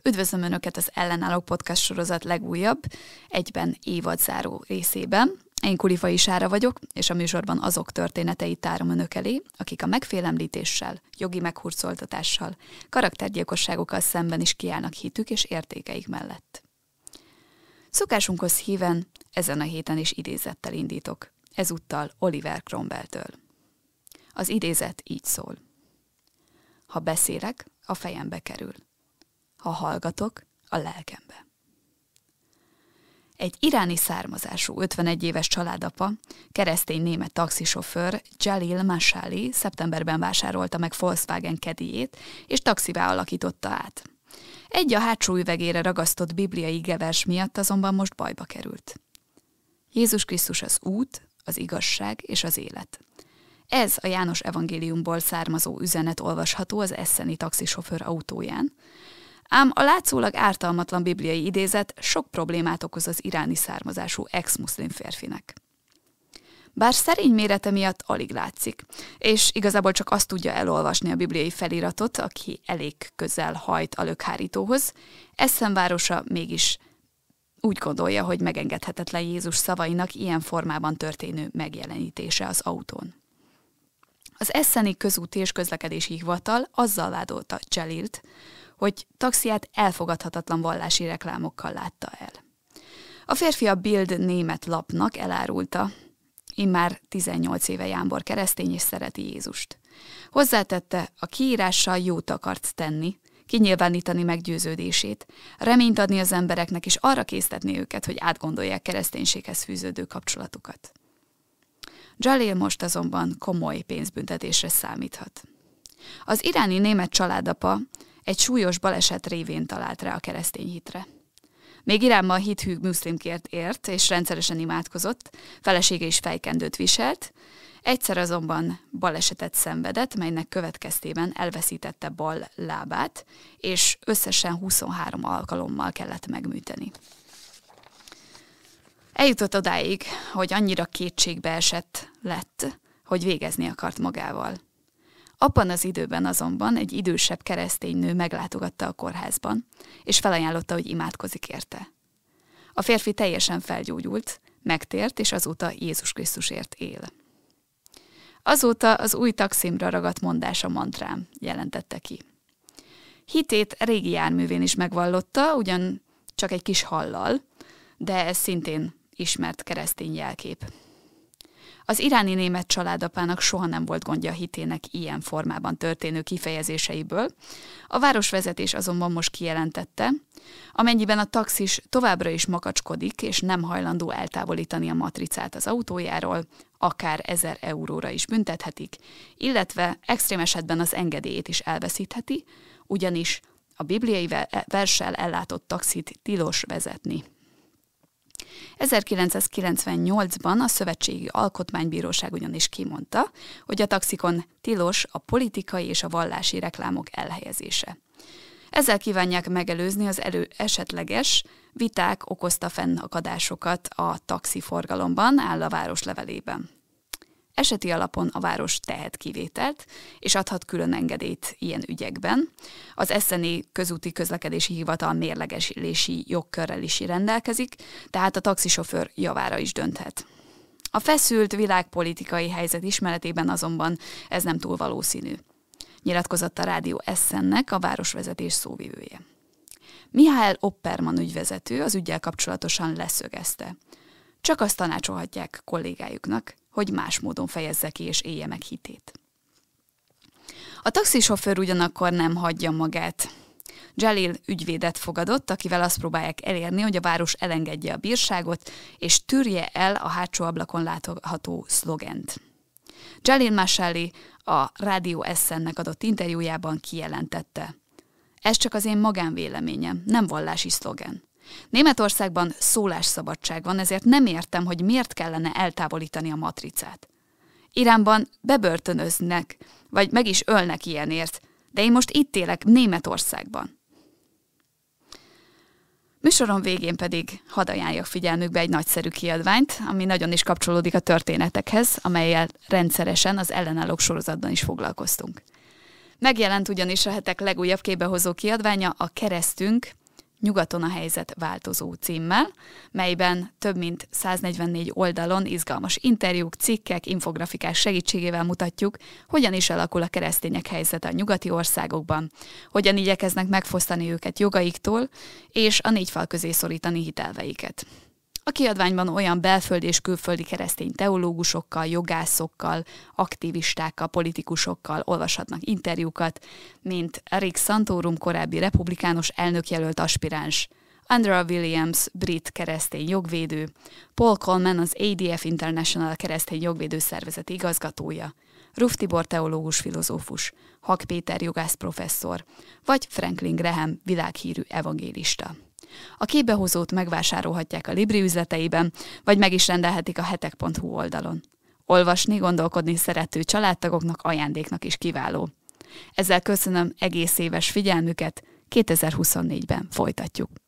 Üdvözlöm Önöket az Ellenállók podcast sorozat legújabb, egyben évadzáró részében. Én Kulifai Sára vagyok, és a műsorban azok történeteit tárom Önök elé, akik a megfélemlítéssel, jogi meghurcoltatással, karaktergyilkosságokkal szemben is kiállnak hitük és értékeik mellett. Szokásunkhoz híven ezen a héten is idézettel indítok, ezúttal Oliver Cromwelltől. Az idézet így szól. Ha beszélek, a fejembe kerül. Ha hallgatok, a lelkembe. Egy iráni származású 51 éves családapa, keresztény német taxisofőr Jalil Mashali szeptemberben vásárolta meg Volkswagen Caddyjét, és taxivá alakította át. Egy a hátsó üvegére ragasztott bibliai igevers miatt azonban most bajba került. Jézus Krisztus az út, az igazság és az élet. Ez a János evangéliumból származó üzenet olvasható az esseni taxisofőr autóján, ám a látszólag ártalmatlan bibliai idézet sok problémát okoz az iráni származású ex-muszlim férfinek. Bár szerény mérete miatt alig látszik, és igazából csak azt tudja elolvasni a bibliai feliratot, aki elég közel hajt a lökhárítóhoz, Essen városa mégis úgy gondolja, hogy megengedhetetlen Jézus szavainak ilyen formában történő megjelenítése az autón. Az esseni közúti és közlekedési hivatal azzal vádolta Jalilt, hogy taxiát elfogadhatatlan vallási reklámokkal látta el. A férfi a Bild német lapnak elárulta, immár 18 éve jámbor keresztény és szereti Jézust. Hozzátette, a kiírással jót akart tenni, kinyilvánítani meggyőződését, reményt adni az embereknek és arra késztetni őket, hogy átgondolják kereszténységhez fűződő kapcsolatukat. Jalil most azonban komoly pénzbüntetésre számíthat. Az iráni német családapa egy súlyos baleset révén talált rá a keresztény hitre. Még Iránban hithű muszlimként ért és rendszeresen imádkozott, felesége is fejkendőt viselt, egyszer azonban balesetet szenvedett, melynek következtében elveszítette bal lábát, és összesen 23 alkalommal kellett megműteni. Eljutott odáig, hogy annyira kétségbeesett lett, hogy végezni akart magával. Abban az időben azonban egy idősebb keresztény nő meglátogatta a kórházban, és felajánlotta, hogy imádkozik érte. A férfi teljesen felgyógyult, megtért, és azóta Jézus Krisztusért él. Azóta az új taximra ragadt mondása mantrám, jelentette ki. Hitét régi járművén is megvallotta, ugyan csak egy kis hallal, de ez szintén ismert keresztény jelkép. Az iráni német családapának soha nem volt gondja a hitének ilyen formában történő kifejezéseiből, a városvezetés azonban most kijelentette, amennyiben a taxis továbbra is makacskodik és nem hajlandó eltávolítani a matricát az autójáról, akár 1000 euróra is büntethetik, illetve extrém esetben az engedélyét is elveszítheti, ugyanis a bibliai verssel ellátott taxit tilos vezetni. 1998-ban a Szövetségi Alkotmánybíróság ugyanis kimondta, hogy a taxikon tilos a politikai és a vallási reklámok elhelyezése. Ezzel kívánják megelőzni az esetleges viták okozta fennakadásokat a taxiforgalomban, áll a város levelében. Eseti alapon a város tehet kivételt, és adhat külön engedélyt ilyen ügyekben. Az esseni közúti közlekedési hivatal mérlegelési jogkörrel is rendelkezik, tehát a taxisofőr javára is dönthet. A feszült világpolitikai helyzet ismeretében azonban ez nem túl valószínű, nyilatkozott a Rádió Essennek a városvezetés szóvivője. Mihály Opperman ügyvezető az üggyel kapcsolatosan leszögezte. Csak azt tanácsolhatják kollégájuknak, hogy más módon fejezze ki és élje meg hitét. A taxisofőr ugyanakkor nem hagyja magát. Jalil ügyvédet fogadott, akivel azt próbálják elérni, hogy a város elengedje a bírságot, és tűrje el a hátsó ablakon látható szlogent. Jalil Mashali a Rádió Essennek adott interjújában kijelentette. Ez csak az én magánvéleményem, nem vallási szlogen. Németországban szólásszabadság van, ezért nem értem, hogy miért kellene eltávolítani a matricát. Iránban bebörtönöznek, vagy meg is ölnek ilyenért, de én most itt élek Németországban. Műsorom végén pedig hadd ajánljak figyelmükbe egy nagyszerű kiadványt, ami nagyon is kapcsolódik a történetekhez, amellyel rendszeresen az Ellenállók sorozatban is foglalkoztunk. Megjelent ugyanis a hetek legújabb képbehozó kiadványa, a Keresztünk, Nyugaton a helyzet változó címmel, melyben több mint 144 oldalon izgalmas interjúk, cikkek, infografikák segítségével mutatjuk, hogyan is alakul a keresztények helyzete a nyugati országokban, hogyan igyekeznek megfosztani őket jogaiktól, és a négy fal közé szorítani hitelveiket. A kiadványban olyan belföldi és külföldi keresztény teológusokkal, jogászokkal, aktivistákkal, politikusokkal olvashatnak interjúkat, mint Rick Santorum korábbi republikánus elnökjelölt aspiráns, Andrea Williams brit keresztény jogvédő, Paul Coleman az ADF International keresztény jogvédő szervezet igazgatója, Ruf Tibor teológus filozófus, Hak Péter jogász professzor, vagy Franklin Graham világhírű evangélista. A képbehozót megvásárolhatják a Libri üzleteiben, vagy meg is rendelhetik a hetek.hu oldalon. Olvasni, gondolkodni szerető családtagoknak ajándéknak is kiváló. Ezzel köszönöm egész éves figyelmüket, 2024-ben folytatjuk.